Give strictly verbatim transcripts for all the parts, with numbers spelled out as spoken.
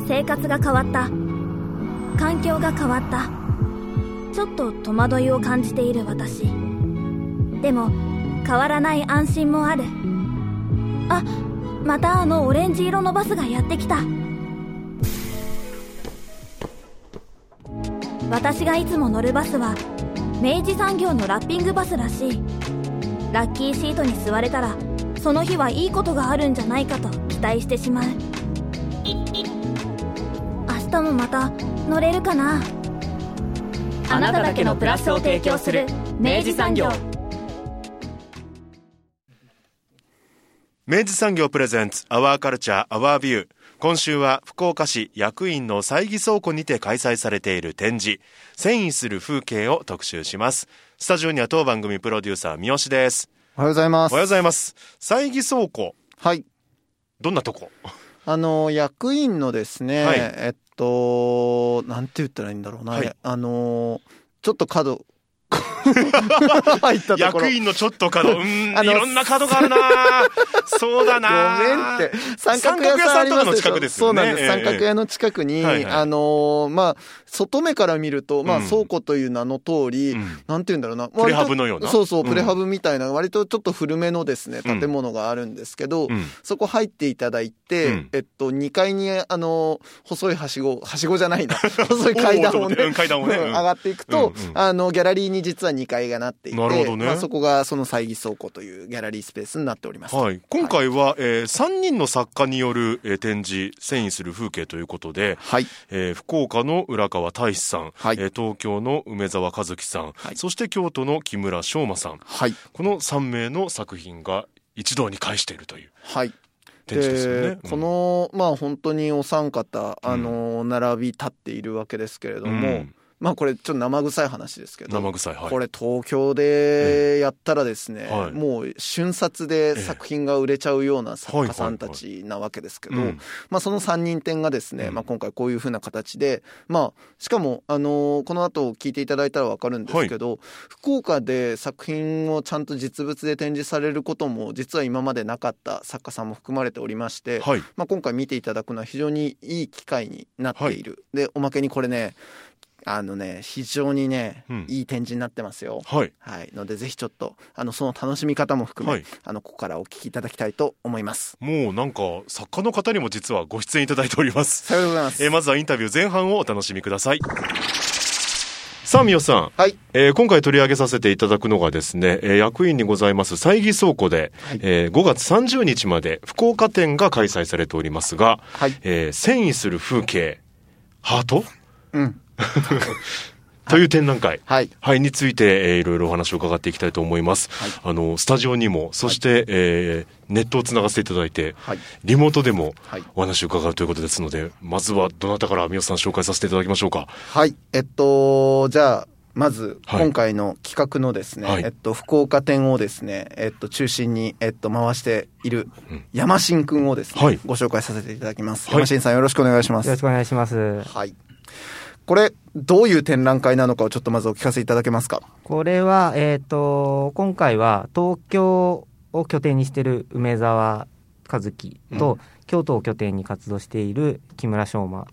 生活が変わった。環境が変わった。ちょっと戸惑いを感じている私。でも変わらない安心もある。あ、またあのオレンジ色のバスがやってきた。私がいつも乗るバスは明治産業のラッピングバスらしい。ラッキーシートに座れたらその日はいいことがあるんじゃないかと期待してしまう。明日もまた乗れるかな。 あなただけのプラスを提供する明治産業。 明治産業プレゼンツアワーカルチャーアワービュー。今週は福岡市薬院の猜疑倉庫にて開催されている展示、遷移する風景を特集します。スタジオには当番組プロデューサー三好です。 おはようございます。 おはようございます。猜疑倉庫、 はい、 どんなとこ？ あの薬院のですね、はい、えっとなんて言ったらいいんだろうな、はい、あのちょっと角入ったところ、 役員のちょっと角、うーん、いろんな角があるな。そうだな。 ごめんって。三角屋さんありますでしょ。 三角屋さんとかの近くですよね。 そうなんです。三角屋の近くに、はいはい、あのー、まあ外目から見ると、まあ倉庫という名の通り、うん、なんて言うんだろうな。 プレハブのような。 そうそう、プレハブみたいな、割とちょっと古めのですね、建物があるんですけど、うん、そこ入っていただいて、うん、えっとにかいにあの細いはしご、はしごじゃないな、細い階段をね、 階段をね、 上がっていくと、うんうん、あのギャラリーに実はにかいがなっていて、なるほどね。まあ、そこがその猜疑倉庫というギャラリースペースになっております。 はい、今回は、はい、えー、さんにんの作家による、えー、展示遷移する風景ということで、はい、えー、福岡の浦川大志さん、はい、えー、東京の梅沢和樹さん、はい、そして京都の木村翔馬さん、はい、このさんめいの作品が一堂に会しているという、はい、展示ですよね。 この、まあ、本当にお三方、あの、うん、並び立っているわけですけれども、うん、まあこれちょっと生臭い話ですけど、 生臭い、はい、 これ東京でやったらですね、ええ、もう瞬殺で作品が売れちゃうような作家さんたちなわけですけど、まあそのさんにん展がですね、うん、まあ今回こういう風な形で、まあしかもあのー、この後聞いていただいたらわかるんですけど、はい、福岡で作品をちゃんと実物で展示されることも実は今までなかった作家さんも含まれておりまして、はい、まあ今回見ていただくのは非常にいい機会になっている。はい、でおまけにこれね、あのね、非常にね、うん、いい展示になってますよ。はい。はい。ので、ぜひちょっと、あの、その楽しみ方も含め、はい、あの、ここからお聞きいただきたいと思います。 もうなんか、作家の方にも実はご出演いただいております。 さようでございます。 えー、まずはインタビュー前半をお楽しみください。さあ、三好さん。 はい。 えー、今回取り上げさせていただくのがですね、えー、薬院にございます猜疑倉庫で、はい、えー、ごがつさんじゅうにちまで福岡展が開催されておりますが、はい、えー、遷移する風景、ハート？うん。という展覧会、はいはい、について、えー、いろいろお話を伺っていきたいと思います。はい、あのスタジオにも、そして、はい、えー、ネットをつながせていただいて、はい、リモートでもお話を伺うということですので、まずはどなたから三好さん紹介させていただきましょうか。 はい、えっとじゃあまず今回の企画のですね、はい、えっと福岡展をですね、えっと中心にえっと回している山新くんをですね、はい、ご紹介させていただきます。はい、山新さんよろしくお願いします。 よろしくお願いします。 はい。これどういう展覧会なのかをちょっとまずお聞かせいただけますか。 これは、えーと、今回は東京を拠点にしている梅沢和樹と、うん、京都を拠点に活動している木村翔馬、はい、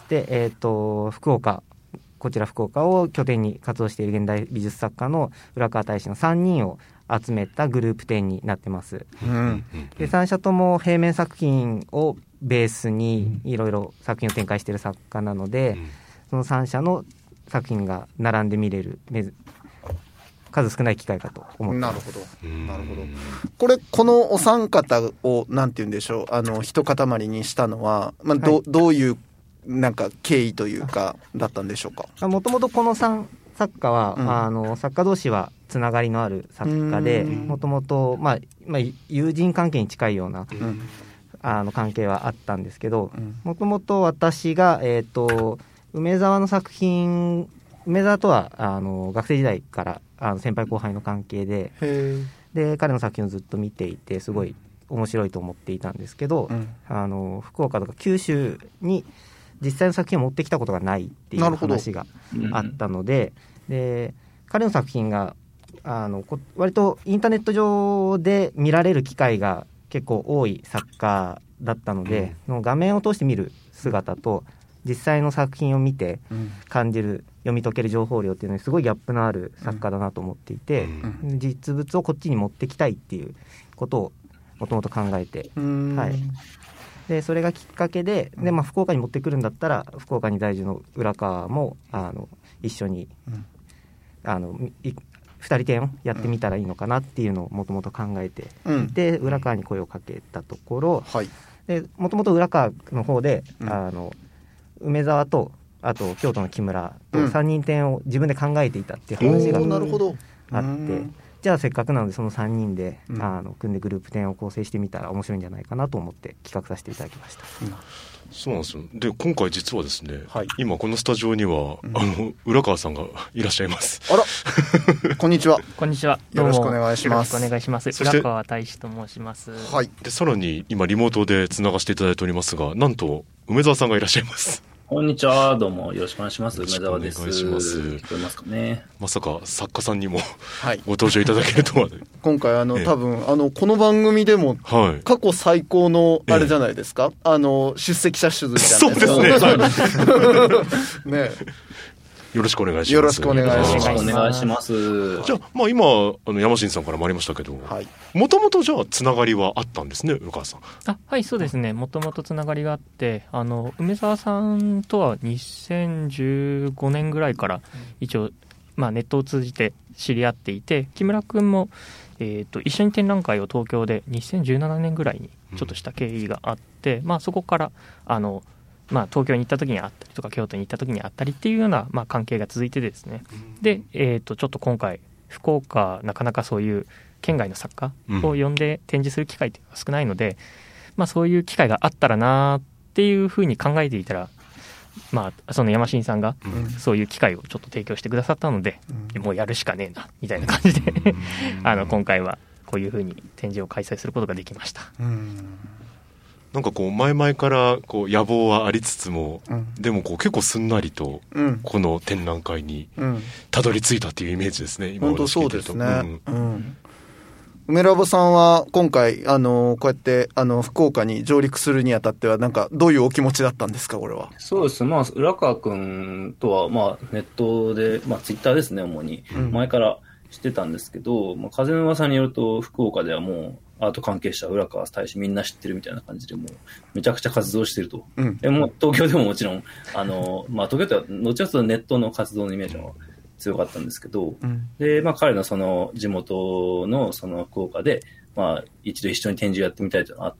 で、えーと、福岡こちら福岡を拠点に活動している現代美術作家の浦川大志のさんにんを集めたグループ展になってます。うん、でさん社とも平面作品をベースにいろいろ作品を展開している作家なので、うん、そのさん社の作品が並んで見れる数少ない機会かと思ってます。 なるほど、なるほど。これこのお三方をなんて言うんでしょう、あの一塊にしたのは、まあ、ど, どういうなんか経緯というかだったんでしょうか。 もともとこのさん作家は、うん、あの作家同士はつながりのある作家で、もともと友人関係に近いような、うん、あの関係はあったんですけど、もともと私が、えーと梅沢の作品、梅沢とはあの学生時代からあの先輩後輩の関係で、で彼の作品をずっと見ていてすごい面白いと思っていたんですけど、うん、あの福岡とか九州に実際の作品を持ってきたことがないっていう話があったので、うん、で彼の作品があの割とインターネット上で見られる機会が結構多い作家だったので、うん、画面を通して見る姿と実際の作品を見て感じる、読み解ける情報量っていうのにすごいギャップのある作家だなと思っていて、うん、実物をこっちに持ってきたいっていうことをもともと考えて、はい、でそれがきっかけで、で、まあ、福岡に持ってくるんだったら福岡に在住の浦川もあの一緒に、うん、あのふたり展をやってみたらいいのかなっていうのをもともと考えて、うん、で浦川に声をかけたところ、はい、でもともと浦川の方で、うん、あの梅沢とあと京都の木村とさんにん展を自分で考えていたっていう話があって、じゃあせっかくなのでそのさんにんで、うん、あの組んでグループ展を構成してみたら面白いんじゃないかなと思って企画させていただきました。うん、 そうなんですよ。で今回実はですね、はい、今このスタジオには、うん、あの浦川さんがいらっしゃいます。 あらこんにちは。 こんにちは。 よろしくお願いします。 よろしくお願いします。浦川大志と申します。 はい。でさらに今リモートでつながしていただいておりますが、なんと梅沢さんがいらっしゃいます。 こんにちは、どうもよろしくお願いします。梅沢です。 お願いします。 聞こえますかね。 まさか作家さんにも、はい、ご登場いただけるとは、ね、 今回あの、多分あのこの番組でも、はい、過去最高のあれじゃないですか、ええ、あの出席者数じゃないですか。そうですね。ねよろしくお願いします。 よろしくお願いします。 お願いします。 じゃあ、まあ、今あの山新さんからもありましたけど、もともとじゃあつながりはあったんですね、浦川さん。 あ、はい、そうですね。もともとつながりがあって、あの梅沢さんとはにせんじゅうごねんぐらいから一応、まあ、ネットを通じて知り合っていて、木村くんも、えーと、一緒に展覧会を東京でにせんじゅうななねんぐらいにちょっとした経緯があって、うん、まあ、そこからあのまあ、東京に行った時にあったりとか京都に行った時にあったりっていうような、まあ、関係が続いてですね、で、えー、とちょっと今回福岡なかなかそういう県外の作家を呼んで展示する機会っていうのが少ないので、うん、まあ、そういう機会があったらなっていうふうに考えていたら、まあ、その山新さんがそういう機会をちょっと提供してくださったので、うん、もうやるしかねえなみたいな感じであの今回はこういうふうに展示を開催することができました。うん、 なんかこう前々からこう野望はありつつも、うん、でもこう結構すんなりとこの展覧会にたどり着いたっていうイメージですね、うん、今本当そうですね、うんうん、梅ラボさんは今回あのこうやってあの福岡に上陸するにあたってはなんかどういうお気持ちだったんですか、これは。 そうです、まあ、浦川君とは、まあ、ネットで、まあ、ツイッターですね主に、うん、前から知ってたんですけど、まあ、風の噂によると福岡ではもうアート関係者浦川大志みんな知ってるみたいな感じでもうめちゃくちゃ活動してると、うん、でも東京でももちろんあの、まあ、東京ってはどちらかというとネットの活動のイメージが強かったんですけど、うん、で、まあ、彼のその地元のその福岡で、まあ、一度一緒に展示をやってみたいというのがあって、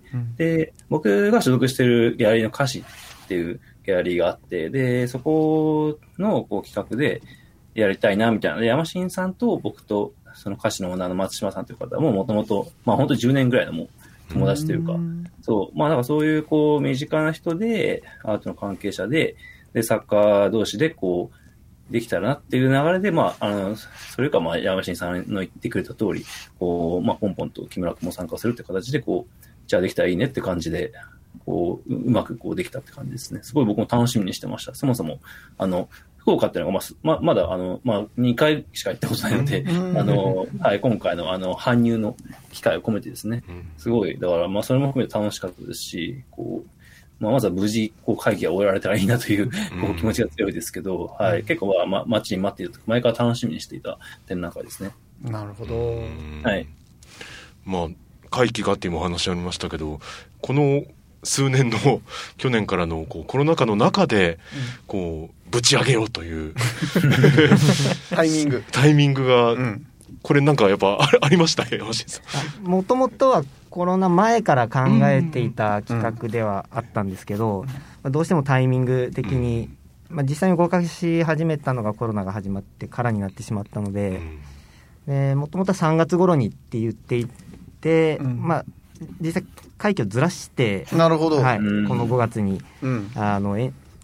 うん、で僕が所属しているギャラリーの歌詞っていうギャラリーがあって、でそこのこう企画でやりたいなみたいなで、山新さんと僕とその歌手のオーナーの松島さんという方ももともと、まあ本当にじゅうねんぐらいのもう友達というか、うそう、まあだからそういうこう身近な人で、アートの関係者で、で、作家同士でこう、できたらなっていう流れで、まあ、あの、それかまあ山新さんの言ってくれた通り、こう、まあポンポンと木村君も参加するって形で、こう、じゃあできたらいいねって感じで、こう、うまくこうできたって感じですね。すごい僕も楽しみにしてました。そもそも、あの、福岡っていうのが、まあ、ま、まだ、あの、まあ、にかいしか行ったことないので、あの、はい、今回の、あの、搬入の機会を込めてですね、すごい、だから、まあ、それも含めて楽しかったですし、こう、まあ、まずは無事、こう、会議が終えられたらいいなという、こう、気持ちが強いですけど、はい、結構は、ま、待ちに待っていると、前から楽しみにしていた展覧会ですね。 なるほど。 はい。 まあ、会期がっていうお話ありましたけど、この、数年の去年からのこうコロナ禍の中でこうぶち上げようというタイミングタイミングがこれなんかやっぱありましたね、山新さん。もともとはコロナ前から考えていた企画ではあったんですけど、うん、どうしてもタイミング的に、うん、まあ、実際に合格し始めたのがコロナが始まってからになってしまったので、もともとはさんがつ頃にって言っていて、うん、まあ実際会期をずらして、 なるほど、 はい、このごがつに、うん、あのえ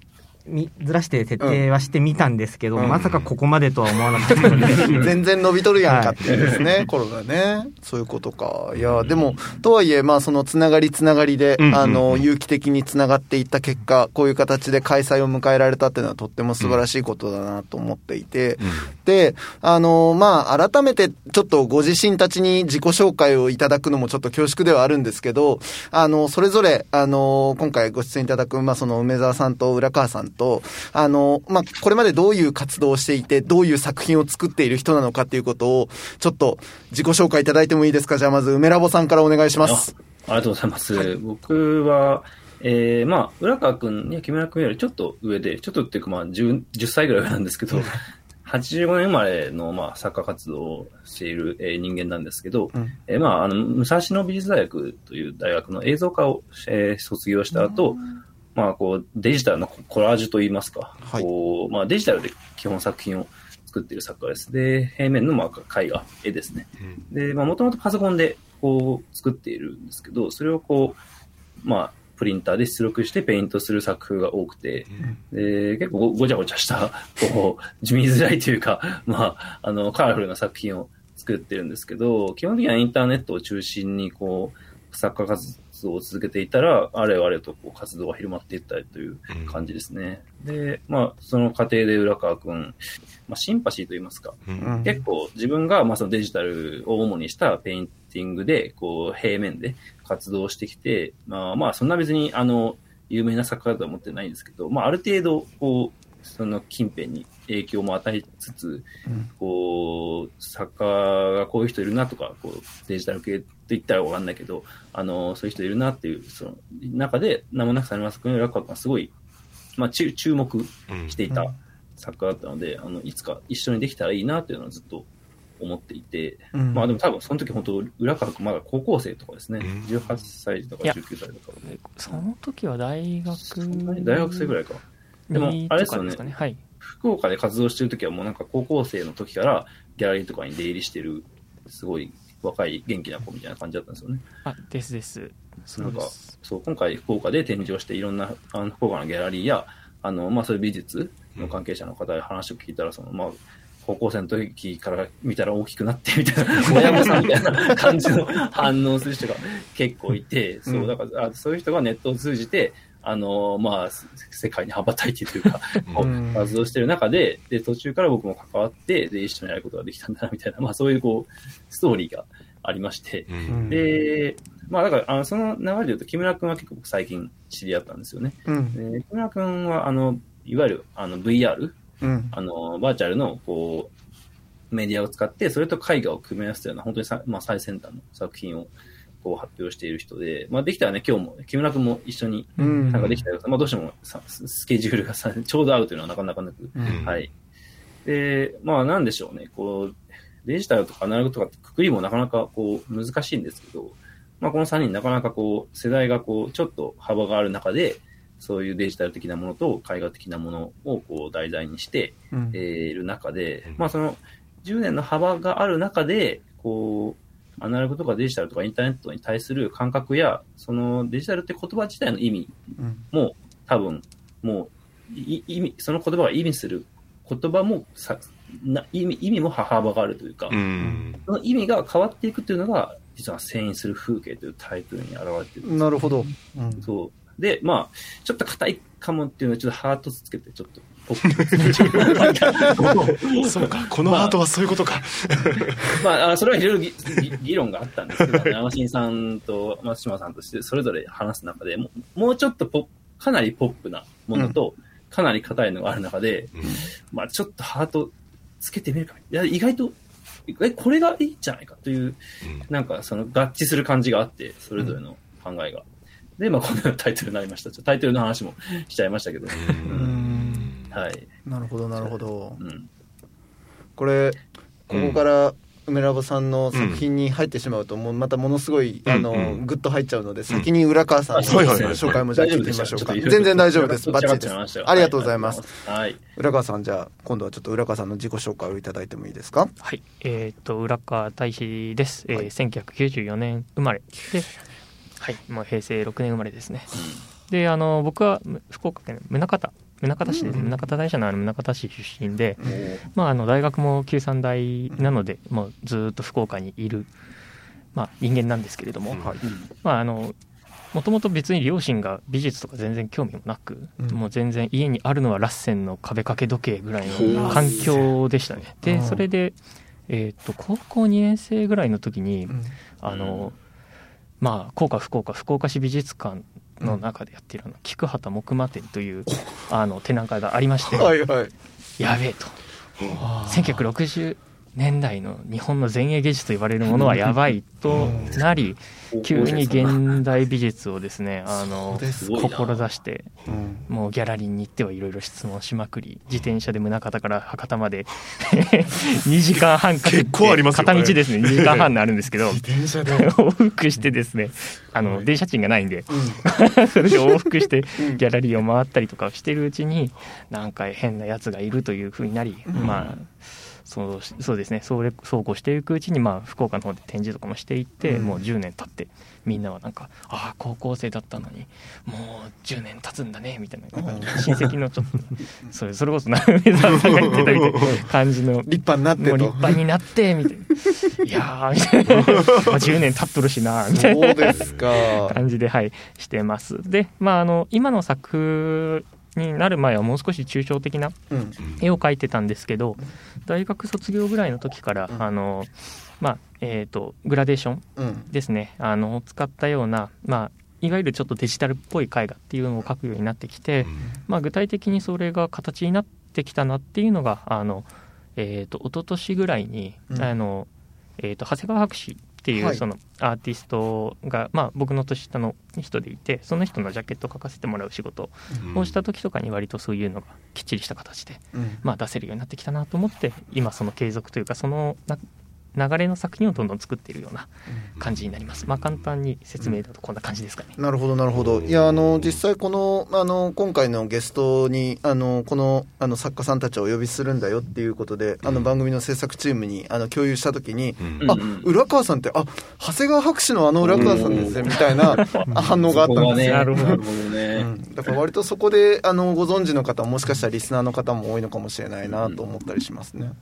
ずらして設定はしてみたんですけど、うん、まさかここまでとは思わなかったので全然伸びとるやんかっていうですね、はい、頃がね、そういうことか。いやでもとはいえ、まあそのつながりつながりで、うんうんうん、あの有機的につながっていった結果、こういう形で開催を迎えられたっていうのはとっても素晴らしいことだなと思っていて、うん、であのまあ改めてちょっとご自身たちに自己紹介をいただくのもちょっと恐縮ではあるんですけど、あのそれぞれあの今回ご出演いただく、まあ、その梅沢さんと浦川さんとあの、まあ、これまでどういう活動をしていてどういう作品を作っている人なのかっていうことをちょっと自己紹介いただいてもいいですか。じゃあまず梅ラボさんからお願いします。 あ, ありがとうございます、はい、僕はえー、まあ浦川君や木村君よりちょっと上でちょっとっていうかまあ 10, 10歳ぐらい上なんですけどはちじゅうごねん生まれの、まあ、作家活動をしている、えー、人間なんですけど、うんえーまあ、あの武蔵野美術大学という大学の映像科を、えー、卒業した後、うんまあ、こうデジタルのコラージュといいますか、はいこうまあ、デジタルで基本作品を作っている作家です。で平面の、まあ、絵画絵ですね。でもともとパソコンでこう作っているんですけど、それをこう、まあプリンターで出力してペイントする作風が多くて、で結構 ご, ごちゃごちゃしたこう見づらいというか、まあ、あのカラフルな作品を作ってるんですけど、基本的にはインターネットを中心にこう作家活動を続けていたら、あれよあれとこう活動が広まっていったりという感じですね。で、まあ、その過程で浦川くん、まあ、シンパシーといいますか、うん、結構自分がまあそのデジタルを主にしたペインティングでこう平面で活動してきて、まあまあそんな別にあの有名な作家だとは思ってないんですけど、まあある程度こうその近辺に影響も与えつつ、うん、こう作家がこういう人いるなとか、こうデジタル系と言ったらわかんないけど、あのそういう人いるなっていうその中で名もなくされますけど、浦川君がすごいまあ注注目していた作家だったので、うん、あのいつか一緒にできたらいいなというのはずっと思っていて、うん、まあでも多分その時本当浦川君まだ高校生とかですね、うん、じゅうはっさいとかじゅうきゅうさいとか、 その時は大学大学生ぐらいか。でもあれですよね、 ねはい、 福岡で活動してる時はもうなんか高校生の時からギャラリーとかに出入りしてるすごい若い元気な子みたいな感じだったんですよね。 あですですなんかそう今回福岡で展示をしていろんなあの福岡のギャラリーやあの、まあ、そういう美術の関係者の方に話を聞いたら、そのまあ高校生の時から見たら大きくなってみたいな親御さんみたいな感じの反応する人が結構いて、そうだからあそういう人がネットを通じてあのまあ世界に羽ばたいてというか活動してる中で、で途中から僕も関わってで一緒にやることができたんだなみたいな、まあそういうこうストーリーがありまして、うん、でまあだからあのその流れで言うと木村君は結構最近知り合ったんですよね。うん、で木村君はあのいわゆるあの ブイアールうん、あのバーチャルのこうメディアを使ってそれと絵画を組み合わせたような本当にさ、まあ、最先端の作品をこう発表している人で、まあ、できたらね今日も木村君も一緒になんかできたら、うんまあ、どうしてもさスケジュールがさちょうど合うというのはなかなかなく、うん、はいでまあなんでしょうね、こうデジタルとかアナログとかってくくりもなかなかこう難しいんですけど、まあ、このさんにんなかなかこう世代がこうちょっと幅がある中でそういうデジタル的なものと絵画的なものをこう題材にしてい、うんえー、る中で、まあそのじゅうねんの幅がある中で、こうアナログとかデジタルとかインターネットに対する感覚や、そのデジタルって言葉自体の意味も多分もう意味その言葉が意味する言葉もさな意味意味も幅があるというか、うん、その意味が変わっていくというのが実は遷移する風景というタイトルに表れている。 なるほど。 うん、そう。で、まあ、ちょっと硬いかもっていうのはちょっとハートつけて、ちょっとポップそうか、このハートはそういうことか。 まあ、まあ、それはいろいろ議論があったんですけど、山新さんと松島さんとしてそれぞれ話す中でもう、もうちょっとポかなりポップなものと、かなり硬いのがある中で、うん、まあ、ちょっとハートつけてみるか。いや、意外と、え、これがいいんじゃないかという、うん、なんかその合致する感じがあって、それぞれの考えが。で、まあ、このようなタイトルになりました。タイトルの話もしちゃいましたけど。うんはい。 なるほど、なるほど。うん、これ、ここから梅ラボさんの作品に入ってしまうと、もうまたものすごい、あの、グッと入っちゃうので、先に浦川さんの紹介もじゃあ聞いてみましょうか。全然大丈夫です。バッチリです。ありがとうございます。はい。浦川さん、じゃあ、今度はちょっと浦川さんの自己紹介をいただいてもいいですか？ はい。えっと、浦川大志です。えー、せんきゅうひゃくきゅうじゅうよねん生まれで、はい、もう平成ろくねん生まれですね。うん、で、あの僕は福岡県宗像宗像市です、宗像大社のある宗像市出身で、まあ、あの大学も旧三大なので、もうずっと福岡にいる、まあ、人間なんですけれども、はい、まああのもともと別に両親が美術とか全然興味もなく、うん、もう全然家にあるのはラッセンの壁掛け時計ぐらいの環境でしたね。でそれで、えー、と高校にねん生ぐらいの時に、うん、あのまあ高架福岡福岡市美術館の中でやっているあの菊畑木馬展というあの展覧会がありまして、はい、はい、やべえとせんきゅうひゃくろくじゅうねんだいの日本の前衛芸術と呼ばれるものはやばいとなり、急に現代美術をですね、あの志して、もうギャラリーに行ってはいろいろ質問しまくり、自転車で宗像から博多までにじかんはんかけて、片道ですねにじかんはんになるんですけど、自転車で往復してですね、あの電車賃がないんで、それで往復してギャラリーを回ったりとかしてるうちに、なんか変なやつがいるというふうになり、まあそうそうですね、そうそうこうしていくうちに、まあ、福岡の方で展示とかもしていって、うん、もうじゅうねん経ってみんなはなんか、ああ高校生だったのにもうじゅうねん経つんだねみたいな、親戚のちょっとそれそれこそ梅沢さんが言ってたみたいな感じの立派になってともう立派になってみたいないやーみたいなじゅうねん経っとるしなみたいな感じで、はい、してます。で、まあ、あの今の作になる前はもう少し抽象的な絵を描いてたんですけど、うん、大学卒業ぐらいの時から、うん、あのまあえーと、グラデーションですね、うん、あの使ったような、まあ、いわゆるちょっとデジタルっぽい絵画っていうのを描くようになってきて、うん、まあ、具体的にそれが形になってきたなっていうのがあの、えーと、一昨年ぐらいに、うん、あのえーと、長谷川博士っていうそのアーティストが、はい、まあ、僕の年下の人でいて、その人のジャケットを描かせてもらう仕事をした時とかに割とそういうのがきっちりした形で、うん、まあ、出せるようになってきたなと思って、今その継続というかそのな流れの作品をどんどん作っているような感じになります。まあ、簡単に説明だとこんな感じですかね。 なるほどなるほど。いや、あの実際このあの今回のゲストにあのこのあの作家さんたちをお呼びするんだよっていうことで、あの番組の制作チームにあの共有したときに、うん、あ、浦川さんってあ長谷川博士のあの浦川さんですねみたいな反応があったんですよ。なるほどね、うん、だから割とそこであのご存知の方もしかしたらリスナーの方も多いのかもしれないなと思ったりしますね。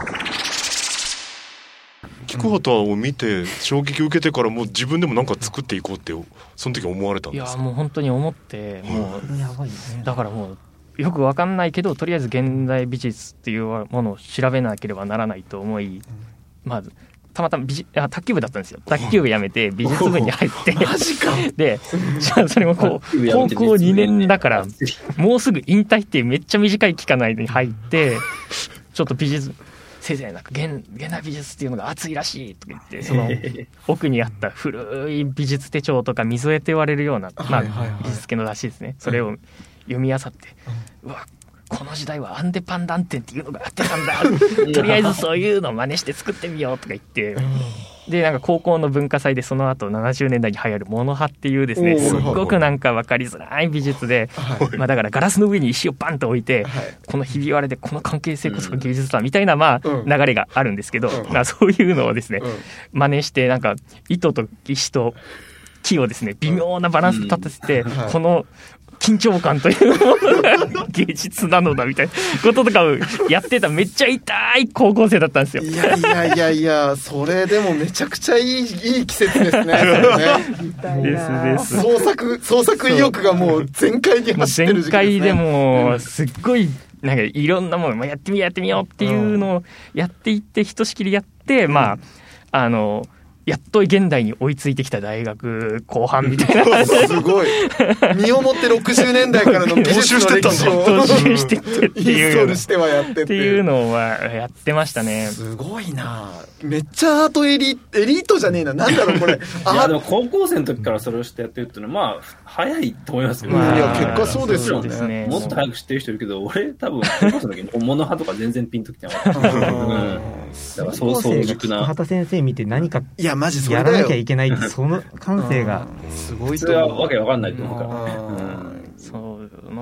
菊畑を見て衝撃を受けてからもう自分でも何か作っていこうってその時思われたんですか？ いやもう本当に思って、もうやばいね。だからもうよく分かんないけどとりあえず現代美術っていうものを調べなければならないと思い、まずたまたま美あ卓球部だったんですよ。卓球部やめて美術部に入ってマジかで、じゃあそれもこう高校にねんだからもうすぐ引退っていうめっちゃ短い期間の間に入ってちょっと美術先生なんか 現, 現代美術っていうのが熱いらしいとか言って、その奥にあった古い美術手帳とか溝絵と言われるような、まあ、美術系の雑誌ですね、それを読み漁って、うわこの時代はアンデパンダン展っていうのがあってたんだとりあえずそういうのを真似して作ってみようとか言ってでなんか高校の文化祭でその後ななじゅうねんだいに流行るモノハっていうですね、すっごくなんか分かりづらい美術で、まあ、だからガラスの上に石をバンと置いて、このひび割れでこの関係性こそが芸術だみたいなまあ流れがあるんですけど、まあそういうのをですね真似してなんか糸と石と木をですね微妙なバランスで立たせて、この緊張感というものが芸術なのだみたいなこととかをやってためっちゃ痛い高校生だったんですよ。 いやいやいやいや、それでもめちゃくちゃいい、いい季節ですね。ですです。創作創作意欲がもう全開に走ってる時期ですね。全開でもうすっごいなんかいろんなものやってみようやってみようっていうのをやっていってひとしきりやって、うん、まああの。やっと現代に追いついてきた大学後半みたいなすごい身をもってろくじゅうねんだいからの美術の歴史を踏襲してってっていうインストールしてはやってっていうのはやってましたね。 すごいな、めっちゃアートエリエリートじゃねえな、なんだろうこれいやでも高校生の時からそれをしてやってるっていうのはまあ早いと思いますけど、 まあ、いや結果そうですよ ね, すねもっと早く知ってる人いるけど俺多分高校生の時にモノ派とか全然ピンときてなかった、うん、だからそう早熟な畑先生見て何かいやマジそれやらなきゃいけないってその感性がすごいと思う。それはわけわかんないと思うから、 うん、そうの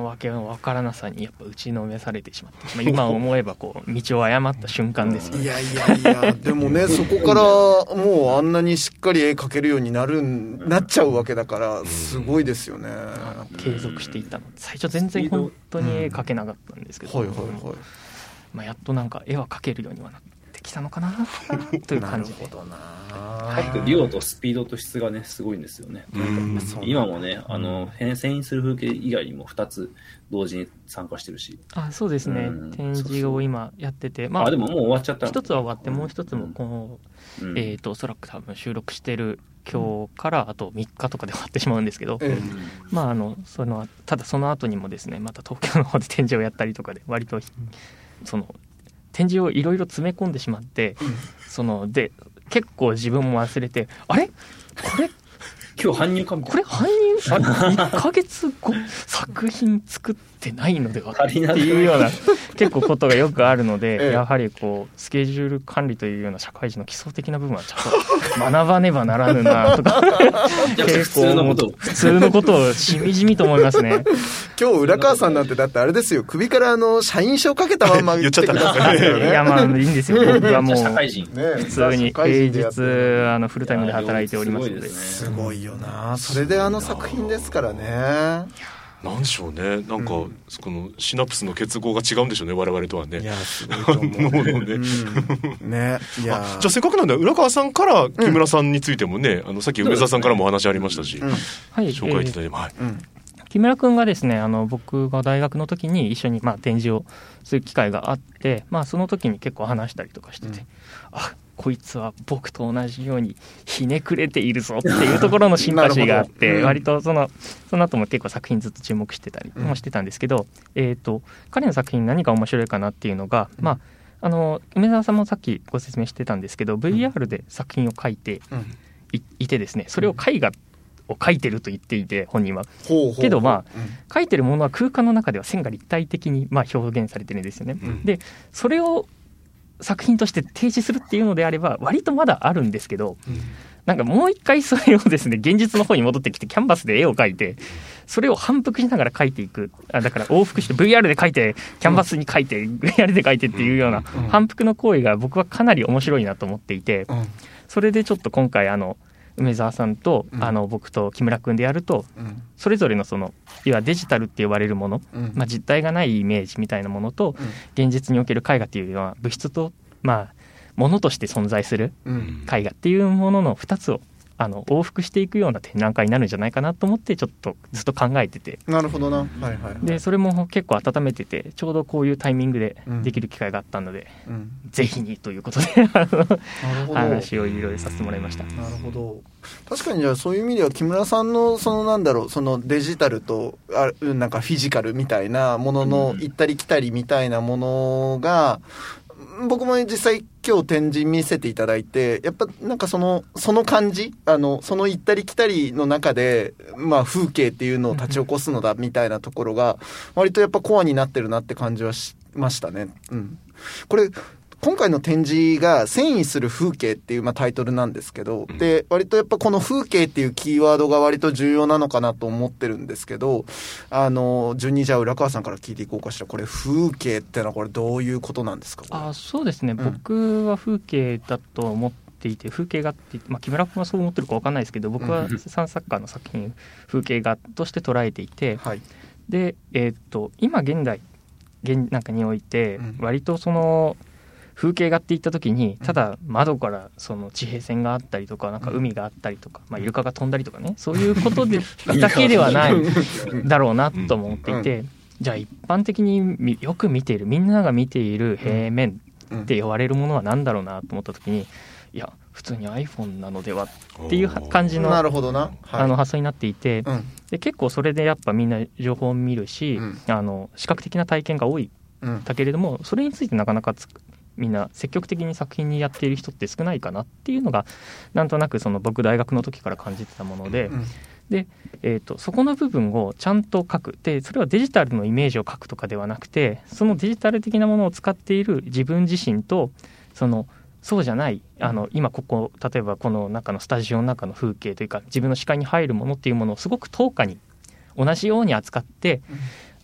わけのわからなさにやっぱ打ちのめされてしまって、まあ、今思えばこう道を誤った瞬間ですよね。 いやいやいやでもねそこからもうあんなにしっかり絵描けるようになるなっちゃうわけだからすごいですよね。 継続していったの最初全然本当に絵描けなかったんですけど、 はいはいはい、 まあ、やっとなんか絵は描けるようにはなってきたのかなという感じで。 なるほどな。 量とスピードと質がねすごいんですよね。うん今もねあの遷移する風景以外にもふたつ同時に参加してるし。 あそうですね、うん、展示を今やってて、まあ、あでももう終わっちゃった。 一つは終わってもう一つもこう、うん、えーとおそらく多分収録してる今日からあとみっかとかで終わってしまうんですけど、うん、まああのそのただその後にもですねまた東京の方で展示をやったりとかで割とその展示をいろいろ詰め込んでしまって、うん、そので結構自分も忘れてあれこれ今日搬入かみたいなこれ搬入あれいっかげつご作品作ってないのではっていうような結構ことがよくあるので、ええ、やはりこうスケジュール管理というような社会人の基礎的な部分はちゃんと学ばねばならぬなとか結構普通のことを普通のことをしみじみと思いますね。 今日浦川さんなんてだってあれですよ首からあの社員証かけたまんま言っちゃったね。 いやまあいいんですよ僕はもう社会人普通に平日あのフルタイムで働いておりますので。 すごいよな。それであの作品ですからね。 なんでしょうねなんか、うん、このシナプスの結合が違うんでしょうね我々とはね。 いやすごいと思う脳のね、うん、ねいやじゃあせっかくなんで浦川さんから木村さんについてもね、うん、あのさっき梅沢さんからもお話ありましたし、うん、紹介いただいて、はい、うん木村くんがですねあの僕が大学の時に一緒にまあ展示をする機会があって、まあ、その時に結構話したりとかしてて、うん、あこいつは僕と同じようにひねくれているぞっていうところのシンパシーがあって、うん、割とそのその後も結構作品ずっと注目してたりもしてたんですけど、うんえー、と彼の作品何が面白いかなっていうのが、うんまあ、あの梅沢さんもさっきご説明してたんですけど ブイアール で作品を描いて い,、いてですねそれを絵画を描いてると言っていて本人はほうほうほうけどまあ、うん、描いてるものは空間の中では線が立体的にまあ表現されてるんですよね、うん、でそれを作品として提示するっていうのであれば割とまだあるんですけど、うん、なんかもう一回それをですね現実の方に戻ってきてキャンバスで絵を描いてそれを反復しながら描いていくあだから往復して ブイアール で描いてキャンバスに描いて、うん、ブイアール で描いてっていうような反復の行為が僕はかなり面白いなと思っていて、うん、それでちょっと今回あの梅沢さんと、うん、あの僕と木村くんでやると、うん、それぞれのそのいわゆるデジタルって呼ばれるもの、うんまあ、実体がないイメージみたいなものと、うん、現実における絵画っていうのは物質と、まあ、ものとして存在する絵画っていうもののふたつをあの往復していくような展覧会になるんじゃないかなと思ってちょっとずっと考えててなるほどな、はいはいはい、 でそれも結構温めててちょうどこういうタイミングでできる機会があったので、うん、ぜひにということで話をいろいろさせてもらいました。 なるほど確かにじゃあそういう意味では木村さんのそのなんだろうそのデジタルとあなんかフィジカルみたいなものの行ったり来たりみたいなものが、うん、僕も実際今日展示見せていただいてやっぱなんかそのその感じあのその行ったり来たりの中で、まあ、風景っていうのを立ち起こすのだみたいなところが割とやっぱコアになってるなって感じはしましたね、うん、これ今回の展示が遷移する風景っていうまあタイトルなんですけど、で割とやっぱこの風景っていうキーワードが割と重要なのかなと思ってるんですけど、あの順にじゃあ浦川さんから聞いていこうかしら。これ風景ってのはこれどういうことなんですか？ あそうですね、うん、僕は風景だと思っていて風景画って、まあ、木村君はそう思ってるか分かんないですけど僕は三作家の作品風景画として捉えていて、はい、で、えー、っと今現代現なんかにおいて割とその風景画っていった時にただ窓からその地平線があったりとかなんか海があったりとか、まあ、イルカが飛んだりとかねそういうことでだけではないだろうなと思っていて、じゃあ一般的によく見ているみんなが見ている平面って言われるものは何だろうなと思った時にいや普通に iPhone なのではっていう感じのなるほどな、はい、 あの発想になっていて、うん、で結構それでやっぱみんな情報を見るし、うん、あの視覚的な体験が多いだけれどもそれについてなかなかつみんな積極的に作品にやっている人って少ないかなっていうのがなんとなくその僕大学の時から感じてたもので、うん、で、えーと、そこの部分をちゃんと書くでそれはデジタルのイメージを書くとかではなくてそのデジタル的なものを使っている自分自身とそのそうじゃないあの今ここ例えばこの中のスタジオの中の風景というか自分の視界に入るものっていうものをすごく等価に同じように扱って、うん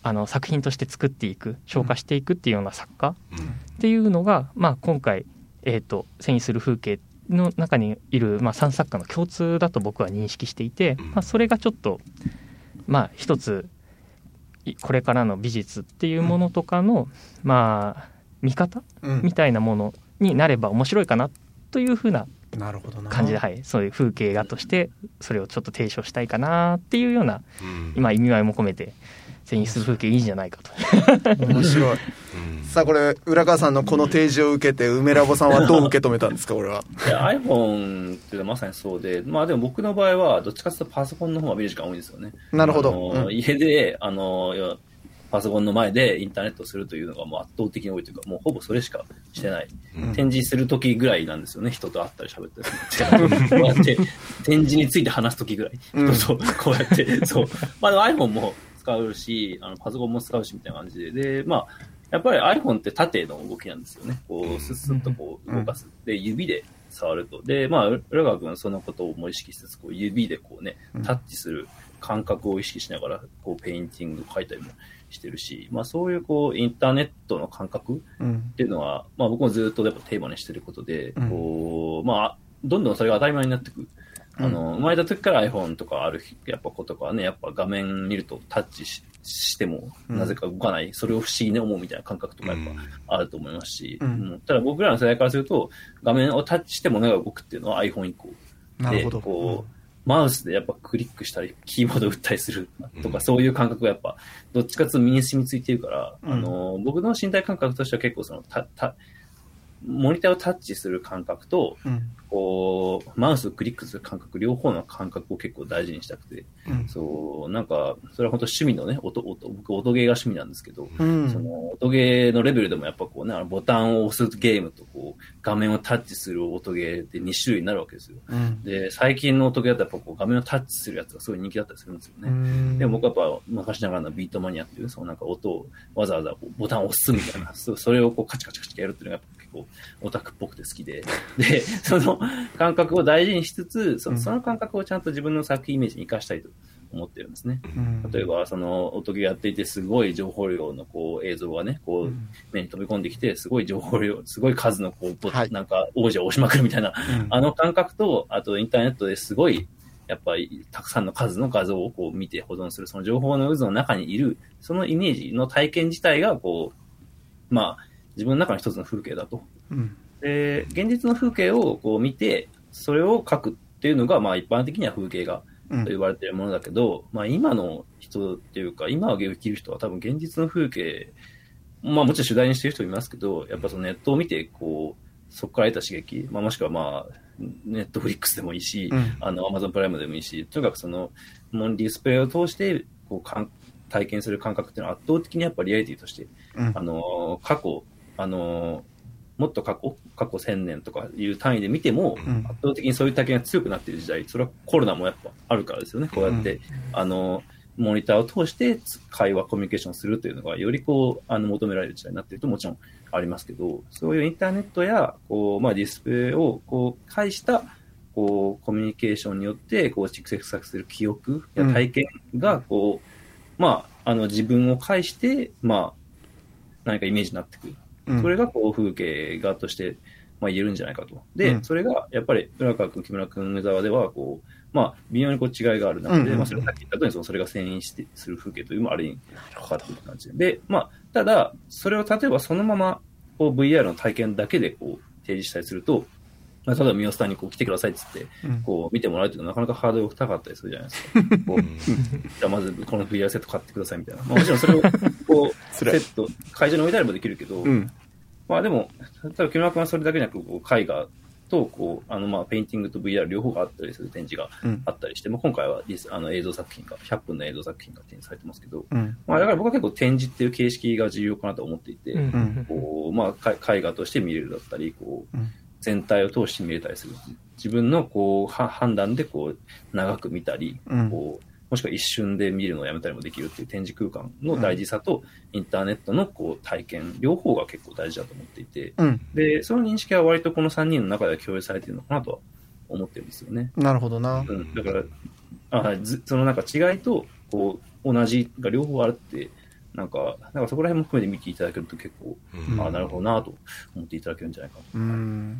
あの作品として作っていく消化していくっていうような作家っていうのが、まあ、今回、えーと、遷移する風景の中にいる、まあ、さん作家の共通だと僕は認識していて、まあ、それがちょっと、まあ、一つこれからの美術っていうものとかの、まあ、見方、うん、みたいなものになれば面白いかなというふうな感じで、はい、そういう風景画としてそれをちょっと提唱したいかなっていうような、うん、今意味合いも込めて遷移する風景いいんじゃないかと。 面白い、うん、さあこれ浦川さんのこの提示を受けて梅ラボさんはどう受け止めたんですか？俺はいや iPhone っていうのはまさにそうで、まあでも僕の場合はどっちかというとパソコンの方が見る時間多いんですよね。 なるほど、 うん、家であのパソコンの前でインターネットをするというのがもう圧倒的に多いというか、もうほぼそれしかしてない、うん、展示するときぐらいなんですよね。人と会ったり喋ったりこうやって展示について話すときぐらい人とこうやってそう、まあ、でも iPhone も使うし、あのパソコンも使うしみたいな感じで、で、まあ、やっぱり iPhone って縦の動きなんですよね。こう、スッスッとこう動かす。で、指で触ると。で、まあ、浦川君はそのことをも意識しつつ、こう指でこうね、タッチする感覚を意識しながら、こう、ペインティングを描いたりもしてるし、まあ、そういうこう、インターネットの感覚っていうのは、まあ、僕もずっとやっぱテーマにしてることで、こう、まあ、どんどんそれが当たり前になってくる。あの、生まれた時から iPhone とかあるやっぱ子とかはね、やっぱ画面見るとタッチ し, してもなぜか動かない、うん、それを不思議に思うみたいな感覚とかやっぱあると思いますし、うんうん、ただ僕らの世代からすると画面をタッチして物が動くっていうのは iPhone 以降で、 なるほど、 こう、マウスでやっぱクリックしたりキーボード打ったりするとか、そういう感覚がやっぱどっちかというと身に染みついているから、うん、あの僕の身体感覚としては結構そのたたモニターをタッチする感覚と、うん、こうマウスをクリックする感覚、両方の感覚を結構大事にしたくて、うん、そうなんかそれは本当趣味のね、音音僕音ゲーが趣味なんですけど、うん、その音ゲーのレベルでもやっぱこうね、ボタンを押すゲームとこう画面をタッチする音ゲーでに種類になるわけですよ。うん、で最近の音ゲーだとやっぱこう画面をタッチするやつがすごい人気だったりするんですよね。うん、でも僕はやっぱ昔ながらのビートマニアっていうそのなんか音をわざわざボタンを押すみたいな、それをこうカチカチカチやるっていうのがやっぱ結構オタクっぽくて好きで、で、その感覚を大事にしつつ、その、その感覚をちゃんと自分の作品イメージに生かしたいと思ってるんですね。うん、例えば、その、音ゲーやっていて、すごい情報量のこう映像がね、こう、目に飛び込んできて、すごい情報量、すごい数のこう、はい、なんか、王者を押しまくるみたいな、うん、あの感覚と、あとインターネットですごい、やっぱりたくさんの数の画像をこう見て保存する、その情報の渦の中にいる、そのイメージの体験自体が、こう、まあ、自分の中の一つの風景だと。うんで現実の風景をこう見てそれを描くっていうのがまあ一般的には風景画と言われているものだけど、うん、まあ今の人っていうか今を生きる人は多分現実の風景、まあもちろん取材にしてる人もいますけど、やっぱそのネットを見てこうそこから得た刺激、まあもしくはまあネットフリックスでもいいし、うん、あのアマゾンプライムでもいいし、とにかくそのディスプレイを通してこうかん体験する感覚っていうのは圧倒的にやっぱリアリティとして、うん、あの過去あのもっと過去、過去せんねんとかいう単位で見ても、うん、圧倒的にそういう体験が強くなっている時代、それはコロナもやっぱあるからですよね。こうやって、うん、あの、モニターを通して会話、コミュニケーションするというのが、よりこう、あの、求められる時代になっているともちろんありますけど、そういうインターネットや、こう、まあ、ディスプレイを、こう、介した、こう、コミュニケーションによって、こう、蓄積する記憶や体験が、こう、うん、まあ、あの、自分を介して、まあ、何かイメージになってくる。それがこう風景画としてまあ言えるんじゃないかと。で、うん、それがやっぱり浦川君、木村君、梅沢ではこう、まあ、微妙にこう違いがある中で、うんうんうん、まあ、それをさっき言った通りそのそれが遷移してする風景というのもある意味かかっている感じで。で、まあ、ただ、それを例えばそのままこう ブイアール の体験だけでこう提示したりすると、まあ、例えば三好さんにこう来てくださいって言って、こう見てもらうっていうのはなかなかハードルが高かったりするじゃないですか。こうじゃあまずこの ブイアール セット買ってくださいみたいな。まあ、もちろんそれをこうセット、会場に置いてあればできるけど、うん、まあでも、例えば木村君はそれだけじゃなく、こう絵画と、こう、あのまあペインティングと ブイアール 両方があったりする展示があったりして、うん、まあ、今回はあの映像作品が、ひゃっぷんの映像作品が展示されてますけど、うん、まあだから僕は結構展示っていう形式が重要かなと思っていて、うん、こう、まあ絵画として見れるだったり、こう、うん、全体を通して見れたりする。自分のこう判断でこう長く見たり、うん、こうもしくは一瞬で見るのをやめたりもできるっていう展示空間の大事さと、インターネットのこう体験、両方が結構大事だと思っていて、うん、で、その認識は割とこのさんにんの中では共有されているのかなとは思ってるんですよね。 なるほどな。 うん、だから、あずそのなんか違いと、こう、同じが両方あるってなんか、なんかそこら辺も含めて見ていただけると結構、うん、ああ、なるほどなと思っていただけるんじゃないかな。うん。